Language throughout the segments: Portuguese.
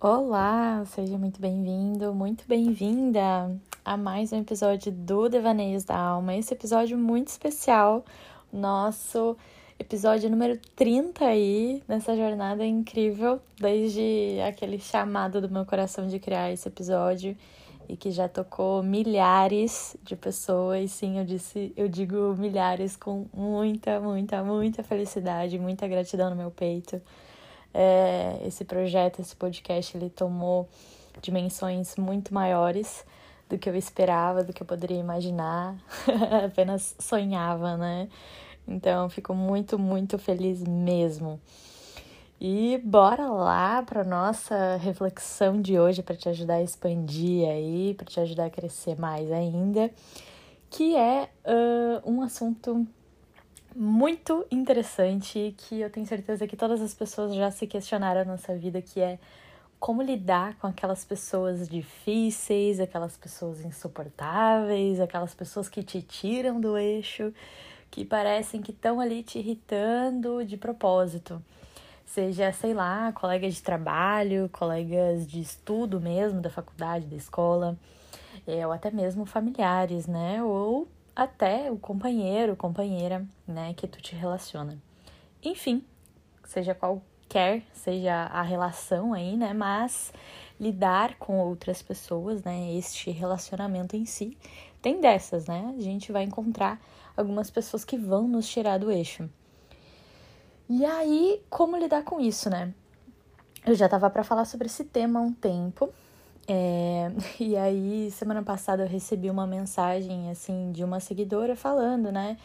Olá, seja muito bem-vindo, muito bem-vinda a mais um episódio do Devaneios da Alma. Esse episódio muito especial, nosso episódio número 30 aí, nessa jornada incrível, desde aquele chamado do meu coração de criar esse episódio e que já tocou milhares de pessoas. Sim, eu digo milhares com muita felicidade, muita gratidão no meu peito. Esse projeto, esse podcast, ele tomou dimensões muito maiores do que eu esperava, do que eu poderia imaginar, apenas sonhava, né? Então, fico muito feliz mesmo. E bora lá para nossa reflexão de hoje, para te ajudar a expandir aí, para te ajudar a crescer mais ainda, que é um assunto muito interessante que eu tenho certeza que todas as pessoas já se questionaram na nossa vida, que é como lidar com aquelas pessoas difíceis, aquelas pessoas insuportáveis, aquelas pessoas que te tiram do eixo, que parecem que estão ali te irritando de propósito. Seja, sei lá, colegas de trabalho, colegas de estudo mesmo, da faculdade, da escola, ou até mesmo familiares, né? Ou até o companheiro, companheira, né, que tu te relaciona. Enfim, seja seja a relação aí, né, mas lidar com outras pessoas, né, este relacionamento em si, tem dessas, né, a gente vai encontrar algumas pessoas que vão nos tirar do eixo. E aí, como lidar com isso, né? Eu já tava pra falar sobre esse tema há um tempo, e aí, semana passada eu recebi uma mensagem, assim, de uma seguidora falando, né?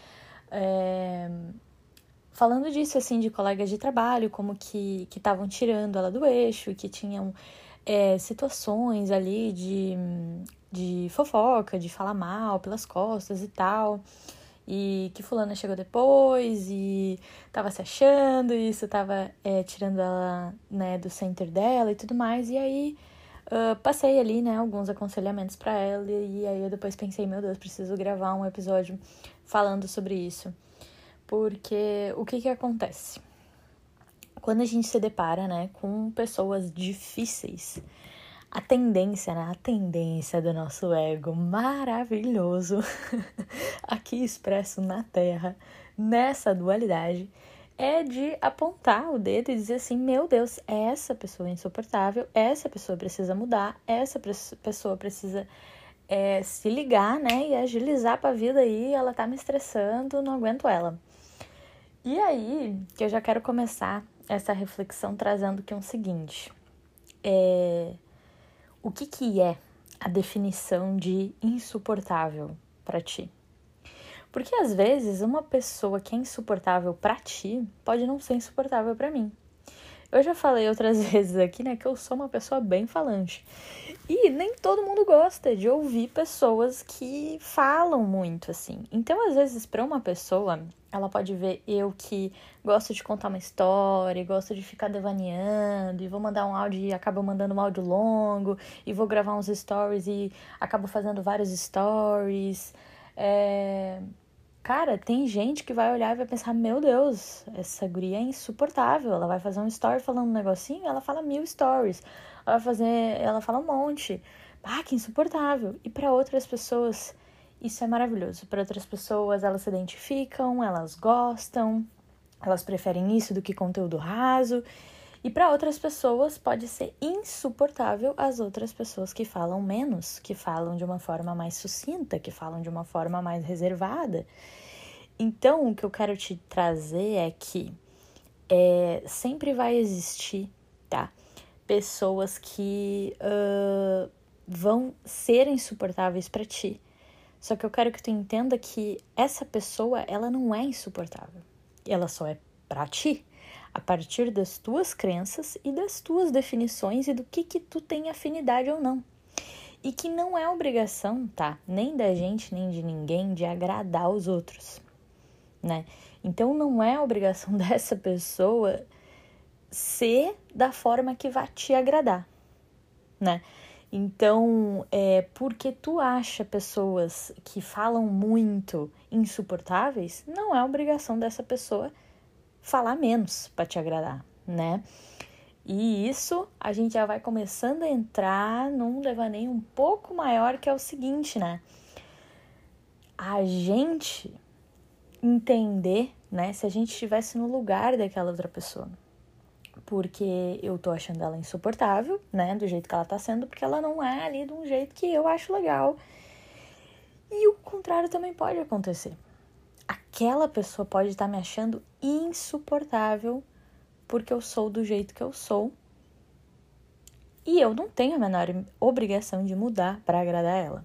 Falando disso, assim, de colegas de trabalho, como que estavam tirando ela do eixo, que tinham situações ali de fofoca, de falar mal pelas costas e tal. E que fulana chegou depois e tava se achando, e isso tava tirando ela, né, do center dela e tudo mais. E aí passei ali, né, alguns aconselhamentos pra ela, e aí eu depois pensei, meu Deus, preciso gravar um episódio falando sobre isso. Porque o que acontece? Quando a gente se depara, né, com pessoas difíceis, a tendência do nosso ego maravilhoso, aqui expresso na Terra, nessa dualidade, é de apontar o dedo e dizer assim, meu Deus, essa pessoa é insuportável, essa pessoa precisa mudar, essa pessoa precisa se ligar, né, e agilizar pra vida aí, ela tá me estressando, não aguento ela. E aí, que eu já quero começar essa reflexão trazendo que é o seguinte, o que é a definição de insuportável pra ti? Porque às vezes uma pessoa que é insuportável pra ti pode não ser insuportável pra mim. Eu já falei outras vezes aqui, né, que eu sou uma pessoa bem falante. E nem todo mundo gosta de ouvir pessoas que falam muito, assim. Então, às vezes, pra uma pessoa, ela pode ver eu que gosto de contar uma história, gosto de ficar devaneando, e vou mandar um áudio e acabo mandando um áudio longo, e vou gravar uns stories e acabo fazendo vários stories. Cara, tem gente que vai olhar e vai pensar, meu Deus, essa guria é insuportável. Ela vai fazer um story falando um negocinho, ela fala 1000 stories. Ela fala um monte. Ah, que insuportável. E para outras pessoas, isso é maravilhoso. Para outras pessoas, elas se identificam, elas gostam, elas preferem isso do que conteúdo raso. E para outras pessoas, pode ser insuportável as outras pessoas que falam menos, que falam de uma forma mais sucinta, que falam de uma forma mais reservada. Então, o que eu quero te trazer é que sempre vai existir, tá? Pessoas que vão ser insuportáveis pra ti. Só que eu quero que tu entenda que essa pessoa, ela não é insuportável. Ela só é pra ti, a partir das tuas crenças e das tuas definições e do que tu tem afinidade ou não. E que não é obrigação, tá? Nem da gente, nem de ninguém, de agradar os outros, né? Então não é obrigação dessa pessoa ser da forma que vai te agradar, né? Então, porque tu acha pessoas que falam muito insuportáveis, não é obrigação dessa pessoa falar menos para te agradar, né? E isso a gente já vai começando a entrar num devaneio um pouco maior, que é o seguinte, né? A gente entender, né, se a gente estivesse no lugar daquela outra pessoa. Porque eu tô achando ela insuportável, né, do jeito que ela tá sendo, porque ela não é ali de um jeito que eu acho legal. E o contrário também pode acontecer. Aquela pessoa pode estar me achando insuportável porque eu sou do jeito que eu sou. E eu não tenho a menor obrigação de mudar para agradar ela.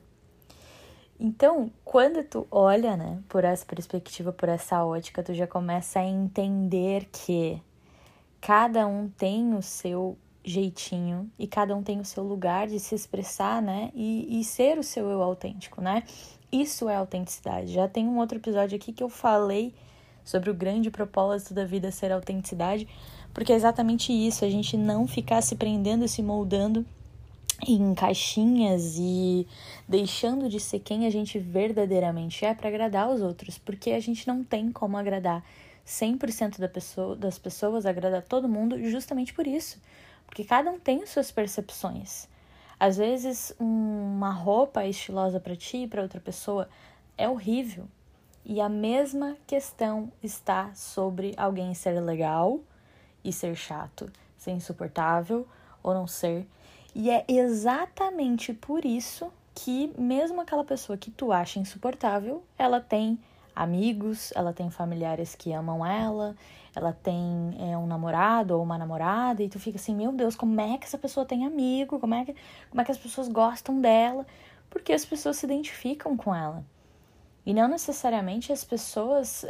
Então, quando tu olha, né, por essa perspectiva, por essa ótica, tu já começa a entender que cada um tem o seu jeitinho e cada um tem o seu lugar de se expressar, né, e ser o seu eu autêntico, né? Isso é autenticidade. Já tem um outro episódio aqui que eu falei sobre o grande propósito da vida ser a autenticidade, porque é exatamente isso, a gente não ficar se prendendo e se moldando em caixinhas e deixando de ser quem a gente verdadeiramente é para agradar os outros, porque a gente não tem como agradar 100% das pessoas, agradar todo mundo justamente por isso, porque cada um tem suas percepções. Às vezes uma roupa estilosa para ti e para outra pessoa é horrível, e a mesma questão está sobre alguém ser legal e ser chato, ser insuportável ou não ser. E é exatamente por isso que mesmo aquela pessoa que tu acha insuportável, ela tem amigos, ela tem familiares que amam ela tem um namorado ou uma namorada, e tu fica assim, meu Deus, como é que essa pessoa tem amigo? Como é que as pessoas gostam dela? Porque as pessoas se identificam com ela. E não necessariamente as pessoas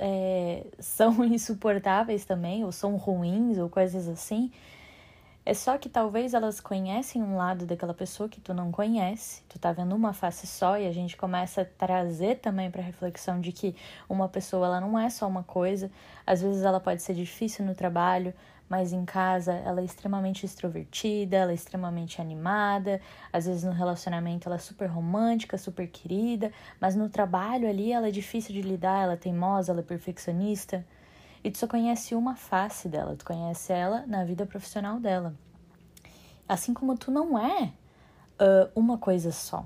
são insuportáveis também, ou são ruins, ou coisas assim. É só que talvez elas conhecem um lado daquela pessoa que tu não conhece. Tu tá vendo uma face só, e a gente começa a trazer também pra reflexão de que uma pessoa, ela não é só uma coisa. Às vezes ela pode ser difícil no trabalho, mas em casa ela é extremamente extrovertida, ela é extremamente animada. Às vezes no relacionamento ela é super romântica, super querida, mas no trabalho ali ela é difícil de lidar, ela é teimosa, ela é perfeccionista. E tu só conhece uma face dela, tu conhece ela na vida profissional dela. Assim como tu não é uma coisa só.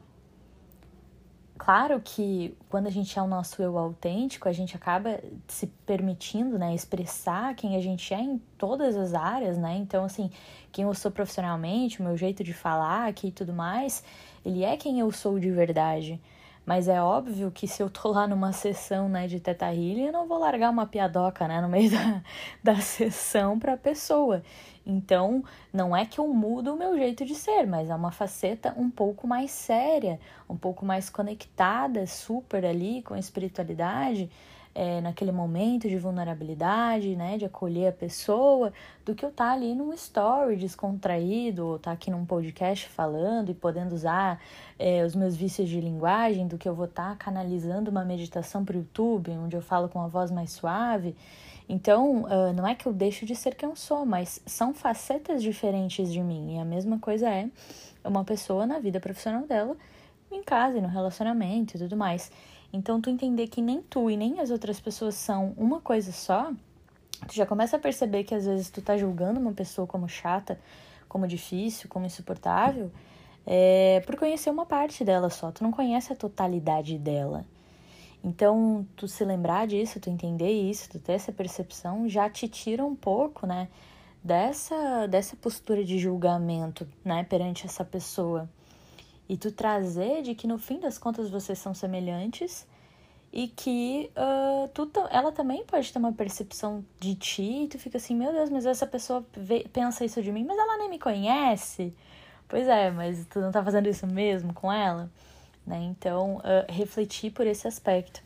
Claro que quando a gente é o nosso eu autêntico, a gente acaba se permitindo, né, expressar quem a gente é em todas as áreas, né? Então, assim, quem eu sou profissionalmente, o meu jeito de falar aqui e tudo mais, ele é quem eu sou de verdade. Mas é óbvio que se eu tô lá numa sessão, né, de Teta Healing, eu não vou largar uma piadoca, né, no meio da sessão pra pessoa. Então, não é que eu mudo o meu jeito de ser, mas é uma faceta um pouco mais séria, um pouco mais conectada, super ali com a espiritualidade, naquele momento de vulnerabilidade, né, de acolher a pessoa, do que eu estar ali num story descontraído, ou estar aqui num podcast falando e podendo usar os meus vícios de linguagem, do que eu vou estar canalizando uma meditação para o YouTube, onde eu falo com uma voz mais suave. Então, não é que eu deixo de ser quem eu sou, mas são facetas diferentes de mim. E a mesma coisa é uma pessoa na vida profissional dela, em casa e no relacionamento e tudo mais. Então, tu entender que nem tu e nem as outras pessoas são uma coisa só, tu já começa a perceber que às vezes tu tá julgando uma pessoa como chata, como difícil, como insuportável, por conhecer uma parte dela só. Tu não conhece a totalidade dela. Então, tu se lembrar disso, tu entender isso, tu ter essa percepção, já te tira um pouco, né, dessa postura de julgamento, né, perante essa pessoa. E tu trazer de que no fim das contas vocês são semelhantes e que ela também pode ter uma percepção de ti e tu fica assim, meu Deus, mas essa pessoa pensa isso de mim, mas ela nem me conhece. Pois é, mas tu não tá fazendo isso mesmo com ela? Né? Então, refletir por esse aspecto.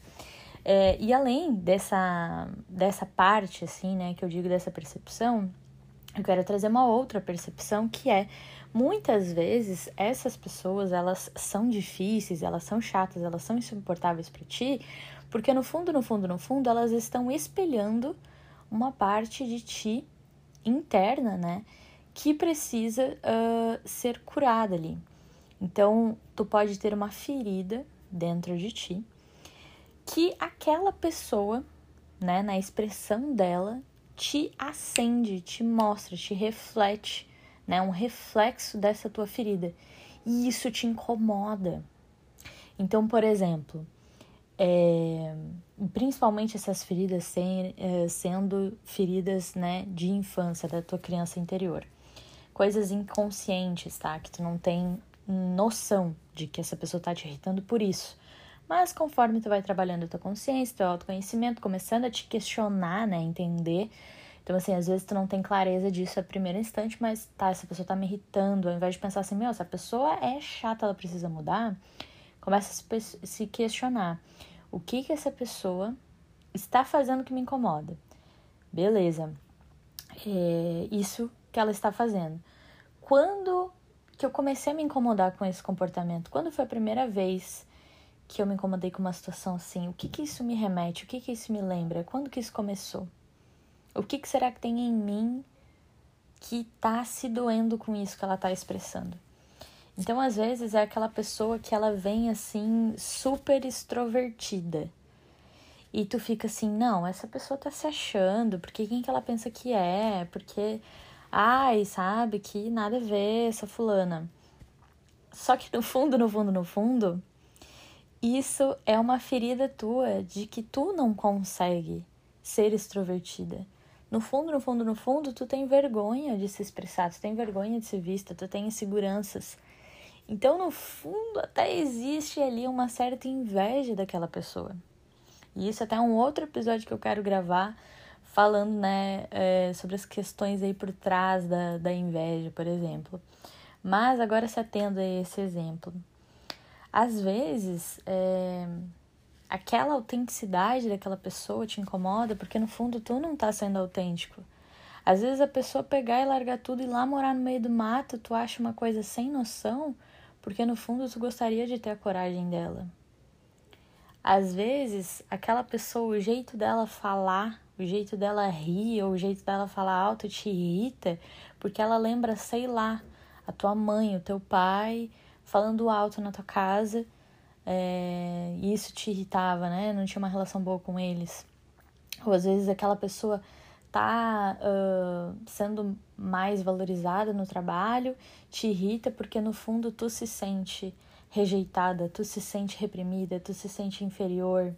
E além dessa parte, assim, né, que eu digo dessa percepção, eu quero trazer uma outra percepção que muitas vezes essas pessoas, elas são difíceis, elas são chatas, elas são insuportáveis para ti, porque no fundo, elas estão espelhando uma parte de ti interna, né, que precisa ser curada ali. Então, tu pode ter uma ferida dentro de ti que aquela pessoa, né, na expressão dela, te acende, te mostra, te reflete né? Um reflexo dessa tua ferida. E isso te incomoda. Então, por exemplo, principalmente essas feridas sendo feridas, né, de infância da tua criança interior. Coisas inconscientes, tá? Que tu não tem noção de que essa pessoa tá te irritando por isso. Mas conforme tu vai trabalhando a tua consciência, teu autoconhecimento, começando a te questionar, né, entender. Então, assim, às vezes tu não tem clareza disso a primeiro instante, mas tá, essa pessoa tá me irritando. Ao invés de pensar assim, essa pessoa é chata, ela precisa mudar, começa a se questionar. O que essa pessoa está fazendo que me incomoda? Beleza. Isso que ela está fazendo. Quando que eu comecei a me incomodar com esse comportamento? Quando foi a primeira vez que eu me incomodei com uma situação assim? O que isso me remete? O que isso me lembra? Quando que isso começou? O que será que tem em mim que tá se doendo com isso que ela tá expressando? Então, às vezes, é aquela pessoa que ela vem, assim, super extrovertida. E tu fica assim, não, essa pessoa tá se achando, porque quem que ela pensa que é? Porque, ai, sabe, que nada a ver essa fulana. Só que no fundo, isso é uma ferida tua de que tu não consegue ser extrovertida. No fundo, tu tem vergonha de se expressar, tu tem vergonha de ser vista, tu tem inseguranças. Então, no fundo, até existe ali uma certa inveja daquela pessoa. E isso até é um outro episódio que eu quero gravar, falando, né, sobre as questões aí por trás da inveja, por exemplo. Mas agora se atendo a esse exemplo. Às vezes, aquela autenticidade daquela pessoa te incomoda porque no fundo tu não tá sendo autêntico. Às vezes a pessoa pegar e largar tudo e ir lá morar no meio do mato, tu acha uma coisa sem noção, porque no fundo tu gostaria de ter a coragem dela. Às vezes, aquela pessoa, o jeito dela falar, o jeito dela rir, ou o jeito dela falar alto te irrita, porque ela lembra, sei lá, a tua mãe, o teu pai, falando alto na tua casa, e isso te irritava, né? Não tinha uma relação boa com eles. Ou às vezes aquela pessoa tá sendo mais valorizada no trabalho, te irrita porque no fundo tu se sente rejeitada, tu se sente reprimida, tu se sente inferior.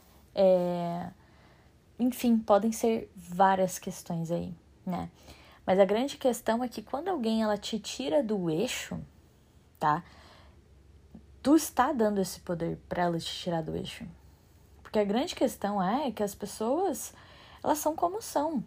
Enfim, podem ser várias questões aí, né? Mas a grande questão é que quando alguém ela te tira do eixo, tá? Tu está dando esse poder para ela te tirar do eixo. Porque a grande questão é que as pessoas, elas são como são.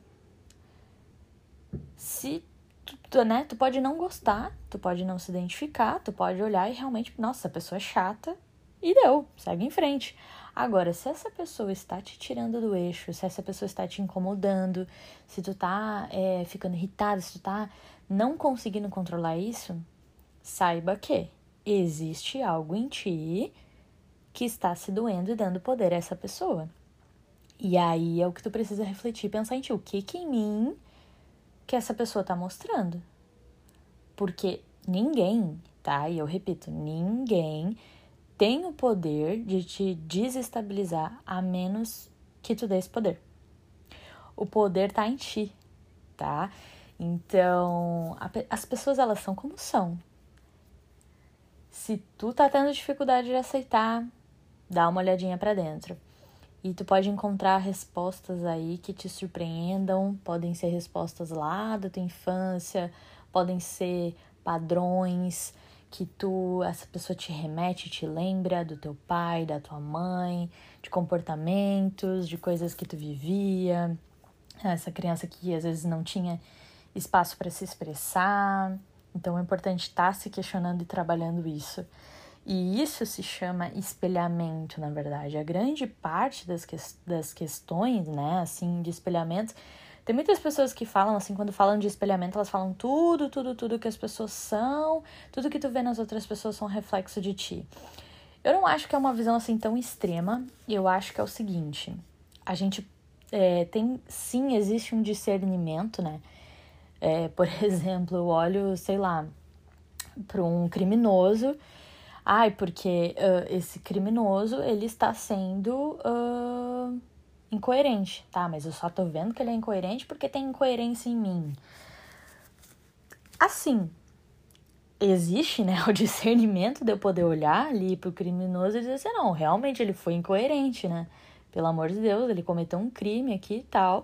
Se tu pode não gostar, tu pode não se identificar, tu pode olhar e realmente, nossa, a pessoa é chata e deu, segue em frente. Agora, se essa pessoa está te tirando do eixo, se essa pessoa está te incomodando, se tu tá ficando irritado, se tu tá não conseguindo controlar isso, saiba que existe algo em ti que está se doendo e dando poder a essa pessoa. E aí é o que tu precisa refletir e pensar em ti. O que em mim que essa pessoa tá mostrando? Porque ninguém, tá? E eu repito, ninguém tem o poder de te desestabilizar a menos que tu dê esse poder. O poder tá em ti, tá? Então, as pessoas, elas são como são. Se tu tá tendo dificuldade de aceitar, dá uma olhadinha pra dentro. E tu pode encontrar respostas aí que te surpreendam, podem ser respostas lá da tua infância, podem ser padrões que essa pessoa te remete, te lembra do teu pai, da tua mãe, de comportamentos, de coisas que tu vivia, essa criança que às vezes não tinha espaço para se expressar. Então é importante estar se questionando e trabalhando isso. E isso se chama espelhamento, na verdade. A grande parte das questões, né, assim, de espelhamento. Tem muitas pessoas que falam, assim, quando falam de espelhamento, elas falam tudo que as pessoas são, tudo que tu vê nas outras pessoas são reflexo de ti. Eu não acho que é uma visão, assim, tão extrema. Eu acho que é o seguinte, a gente sim, existe um discernimento, né? Por exemplo, eu olho, sei lá, para um criminoso. Porque esse criminoso, ele está sendo incoerente, tá? Mas eu só tô vendo que ele é incoerente porque tem incoerência em mim. Assim, existe, né, o discernimento de eu poder olhar ali pro criminoso e dizer assim, não, realmente ele foi incoerente, né? Pelo amor de Deus, ele cometeu um crime aqui e tal.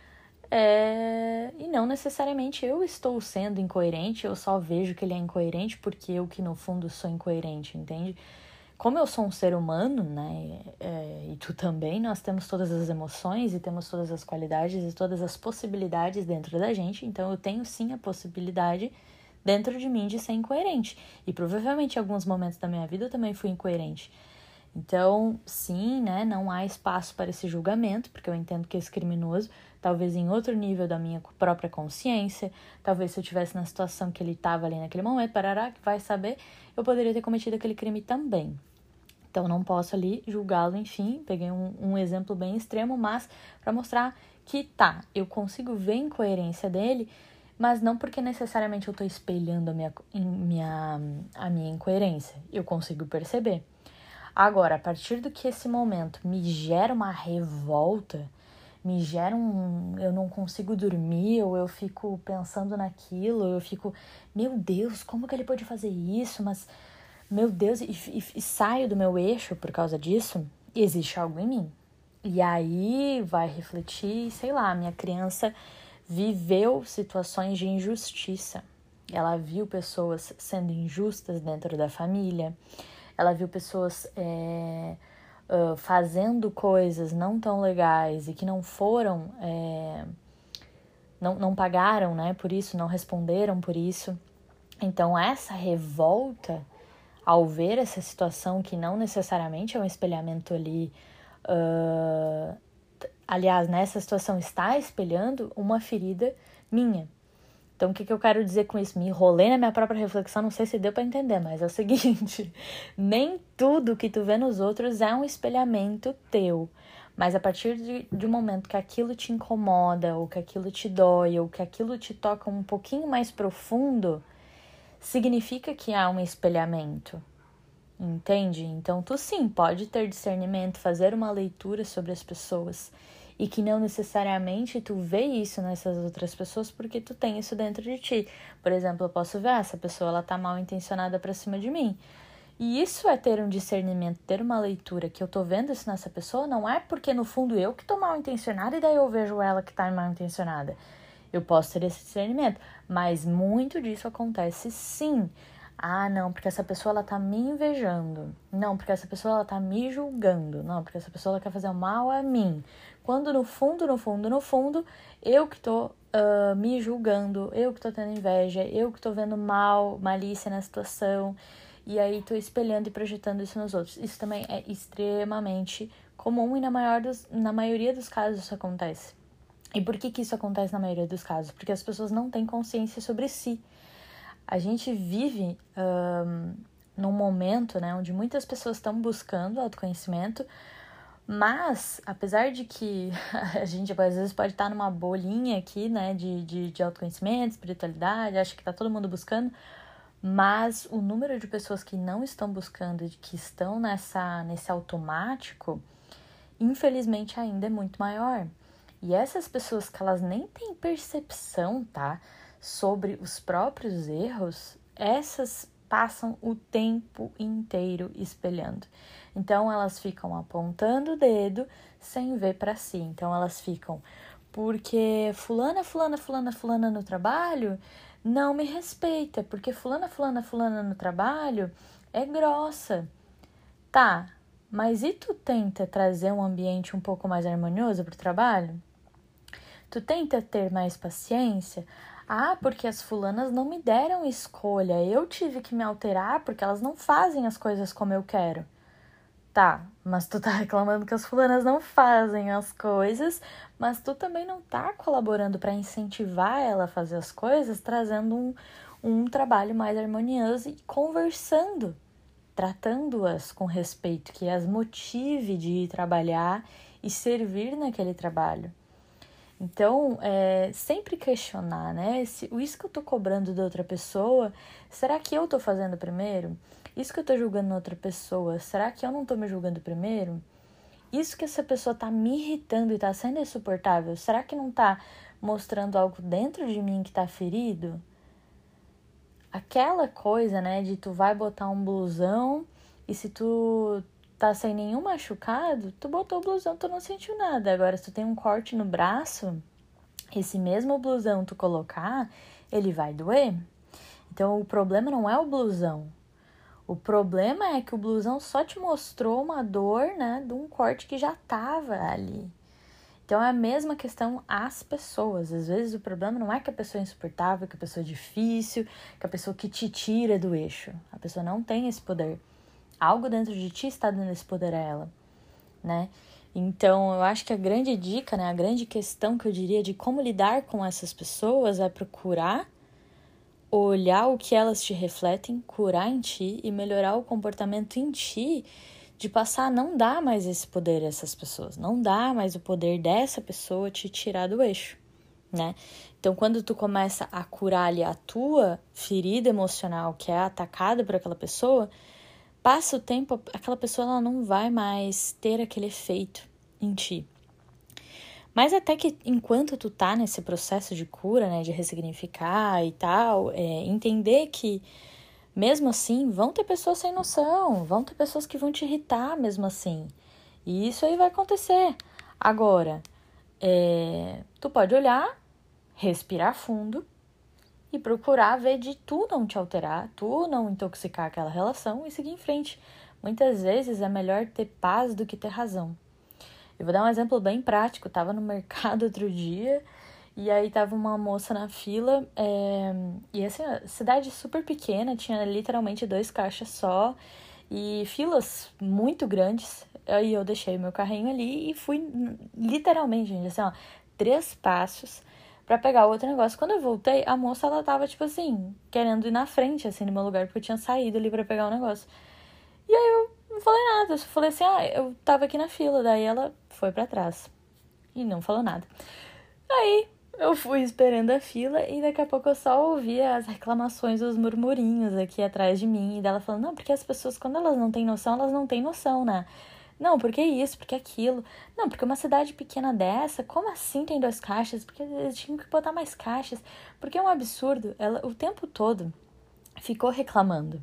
E não necessariamente eu estou sendo incoerente, eu só vejo que ele é incoerente porque eu que no fundo sou incoerente, entende? Como eu sou um ser humano, né, e tu também, nós temos todas as emoções e temos todas as qualidades e todas as possibilidades dentro da gente, então eu tenho sim a possibilidade dentro de mim de ser incoerente. E provavelmente em alguns momentos da minha vida eu também fui incoerente. Então, sim, né, não há espaço para esse julgamento, porque eu entendo que esse criminoso, talvez em outro nível da minha própria consciência, talvez se eu estivesse na situação que ele estava ali naquele momento, parará, que vai saber, eu poderia ter cometido aquele crime também. Então, não posso ali julgá-lo, enfim, peguei um exemplo bem extremo, mas para mostrar que tá, eu consigo ver a incoerência dele, mas não porque necessariamente eu estou espelhando a minha incoerência, eu consigo perceber. Agora, a partir do que esse momento me gera uma revolta, me gera eu não consigo dormir, ou eu fico pensando naquilo, eu fico, meu Deus, como que ele pode fazer isso? Mas, meu Deus, e saio do meu eixo por causa disso, existe algo em mim. E aí vai refletir, sei lá, minha criança viveu situações de injustiça. Ela viu pessoas sendo injustas dentro da família, ela viu pessoas fazendo coisas não tão legais e que não foram, não pagaram, né, por isso, não responderam por isso. Então, essa revolta, ao ver essa situação que não necessariamente é um espelhamento ali, aliás, nessa situação está espelhando uma ferida minha. Então, o que eu quero dizer com isso? Me enrolei na minha própria reflexão, não sei se deu para entender, mas é o seguinte, nem tudo que tu vê nos outros é um espelhamento teu, mas a partir de um momento que aquilo te incomoda, ou que aquilo te dói, ou que aquilo te toca um pouquinho mais profundo, significa que há um espelhamento, entende? Então, tu sim pode ter discernimento, fazer uma leitura sobre as pessoas, e que não necessariamente tu vê isso nessas outras pessoas porque tu tem isso dentro de ti. Por exemplo, eu posso ver, essa pessoa ela tá mal intencionada pra cima de mim. E isso é ter um discernimento, ter uma leitura, que eu tô vendo isso nessa pessoa, não é porque no fundo eu que tô mal intencionada e daí eu vejo ela que tá mal intencionada. Eu posso ter esse discernimento, mas muito disso acontece sim. Ah, não, porque essa pessoa ela tá me invejando. Não, porque essa pessoa ela tá me julgando. Não, porque essa pessoa ela quer fazer mal a mim. Quando no fundo, eu que tô me julgando, eu que tô tendo inveja, eu que tô vendo malícia na situação, e aí tô espelhando e projetando isso nos outros. Isso também é extremamente comum e na maioria dos casos isso acontece. E por que isso acontece na maioria dos casos? Porque as pessoas não têm consciência sobre si. A gente vive num momento, né, onde muitas pessoas estão buscando autoconhecimento, mas, apesar de que a gente às vezes pode estar numa bolinha aqui, né, de autoconhecimento, espiritualidade, acho que tá todo mundo buscando, mas o número de pessoas que não estão buscando, que estão nesse automático, infelizmente ainda é muito maior. E essas pessoas que elas nem têm percepção, tá, sobre os próprios erros, essas passam o tempo inteiro espelhando. Então, elas ficam apontando o dedo sem ver para si. Então, elas ficam, porque fulana no trabalho não me respeita, porque fulana no trabalho é grossa. Tá, mas e tu tenta trazer um ambiente um pouco mais harmonioso pro trabalho? Tu tenta ter mais paciência? Ah, porque as fulanas não me deram escolha. Eu tive que me alterar porque elas não fazem as coisas como eu quero. Tá, mas tu tá reclamando que as fulanas não fazem as coisas, mas tu também não tá colaborando para incentivar ela a fazer as coisas, trazendo um trabalho mais harmonioso e conversando, tratando-as com respeito, que as motive de ir trabalhar e servir naquele trabalho. Então, sempre questionar, né? Isso que eu tô cobrando da outra pessoa, será que eu tô fazendo primeiro? Isso que eu tô julgando na outra pessoa, será que eu não tô me julgando primeiro? Isso que essa pessoa tá me irritando e tá sendo insuportável, será que não tá mostrando algo dentro de mim que tá ferido? aquela coisa, né, de tu vai botar um blusão e se tu tá sem nenhum machucado, tu botou o blusão, tu não sentiu nada. Agora, se tu tem um corte no braço, esse mesmo blusão tu colocar, ele vai doer. Então, o problema não é o blusão. O problema é que o blusão só te mostrou uma dor, né, de um corte que já tava ali. Então, é a mesma questão às pessoas. Às vezes, o problema não é que a pessoa é insuportável, que a pessoa é difícil, que a pessoa que te tira do eixo. A pessoa não tem esse poder. Algo dentro de ti está dando esse poder a ela, né? Então, eu acho que a grande dica, né, a grande questão que eu diria de como lidar com essas pessoas é procurar olhar o que elas te refletem, curar em ti e melhorar o comportamento em ti de passar a não dar mais esse poder a essas pessoas, não dá mais o poder dessa pessoa te tirar do eixo, né? Então, quando tu começa a curar ali a tua ferida emocional que é atacada por aquela pessoa, passa o tempo, aquela pessoa ela não vai mais ter aquele efeito em ti. Mas até que enquanto tu tá nesse processo de cura, né, de ressignificar e tal, entender que mesmo assim vão ter pessoas sem noção, vão ter pessoas que vão te irritar mesmo assim. E isso aí vai acontecer. Agora, tu pode olhar, respirar fundo e procurar ver de tu não te alterar, tu não intoxicar aquela relação e seguir em frente. Muitas vezes é melhor ter paz do que ter razão. Eu vou dar um exemplo bem prático. Eu tava no mercado outro dia e aí tava uma moça na fila e assim, a cidade super pequena, tinha literalmente 2 caixas só e filas muito grandes. Aí eu deixei meu carrinho ali e fui literalmente, gente, assim, ó, 3 passos pra pegar outro negócio. Quando eu voltei, a moça, ela tava, tipo assim, querendo ir na frente, assim, no meu lugar, porque eu tinha saído ali pra pegar o negócio. E aí eu não falei nada, eu só falei assim, eu tava aqui na fila, daí ela foi pra trás e não falou nada. Aí eu fui esperando a fila e daqui a pouco eu só ouvia as reclamações, os murmurinhos aqui atrás de mim e dela falando, não, porque as pessoas, quando elas não têm noção, elas não têm noção, né? Não, porque isso, porque aquilo. Não, porque uma cidade pequena dessa, como assim tem 2 caixas? Porque eles tinham que botar mais caixas. Porque é um absurdo. Ela o tempo todo ficou reclamando.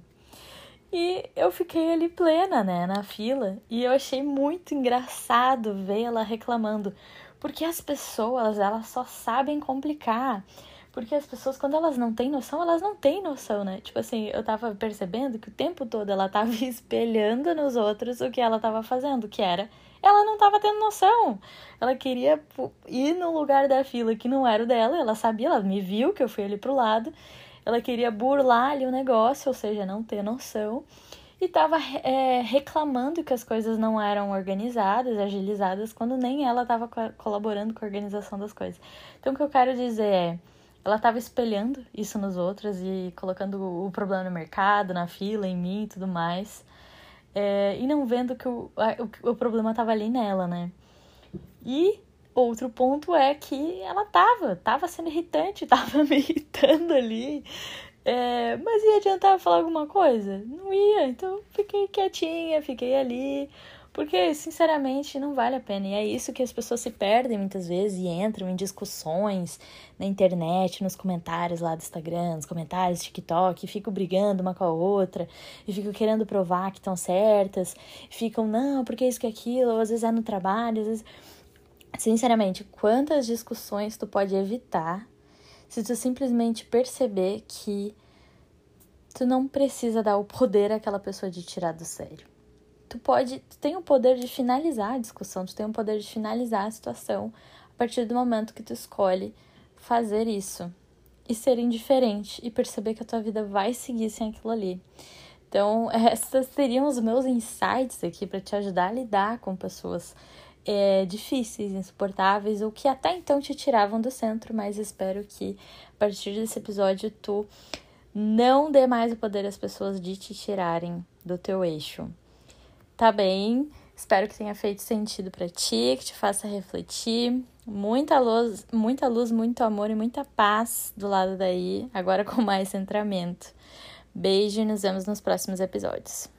E eu fiquei ali plena, né, na fila. E eu achei muito engraçado ver ela reclamando. Porque as pessoas, elas só sabem complicar. Porque as pessoas, quando elas não têm noção, elas não têm noção, né? Tipo assim, eu tava percebendo que o tempo todo ela tava espelhando nos outros o que ela tava fazendo, que era... Ela não tava tendo noção. Ela queria ir no lugar da fila que não era o dela. Ela sabia, ela me viu que eu fui ali pro lado. Ela queria burlar ali o negócio, ou seja, não ter noção. E tava reclamando que as coisas não eram organizadas, agilizadas, quando nem ela tava colaborando com a organização das coisas. Então, o que eu quero dizer é... Ela tava espelhando isso nos outros e colocando o problema no mercado, na fila, em mim e tudo mais. E não vendo que o problema tava ali nela, né? E outro ponto é que ela tava sendo irritante, tava me irritando ali. Mas ia adiantar falar alguma coisa? Não ia, então fiquei quietinha, fiquei ali, porque sinceramente não vale a pena. E é isso que as pessoas se perdem muitas vezes e entram em discussões na internet, nos comentários lá do Instagram, nos comentários do TikTok, e ficam brigando uma com a outra, e ficam querendo provar que estão certas, ficam, não, porque isso que aquilo, ou às vezes é no trabalho, às vezes... Sinceramente, quantas discussões tu pode evitar se tu simplesmente perceber que tu não precisa dar o poder àquela pessoa de tirar do sério. Tu tem o poder de finalizar a discussão, tu tem o poder de finalizar a situação a partir do momento que tu escolhe fazer isso e ser indiferente e perceber que a tua vida vai seguir sem aquilo ali. Então, esses seriam os meus insights aqui para te ajudar a lidar com pessoas difíceis, insuportáveis ou que até então te tiravam do centro, mas espero que a partir desse episódio tu não dê mais o poder às pessoas de te tirarem do teu eixo. Tá bem? Espero que tenha feito sentido pra ti, que te faça refletir. Muita luz, muito amor e muita paz do lado daí, agora com mais centramento. Beijo e nos vemos nos próximos episódios.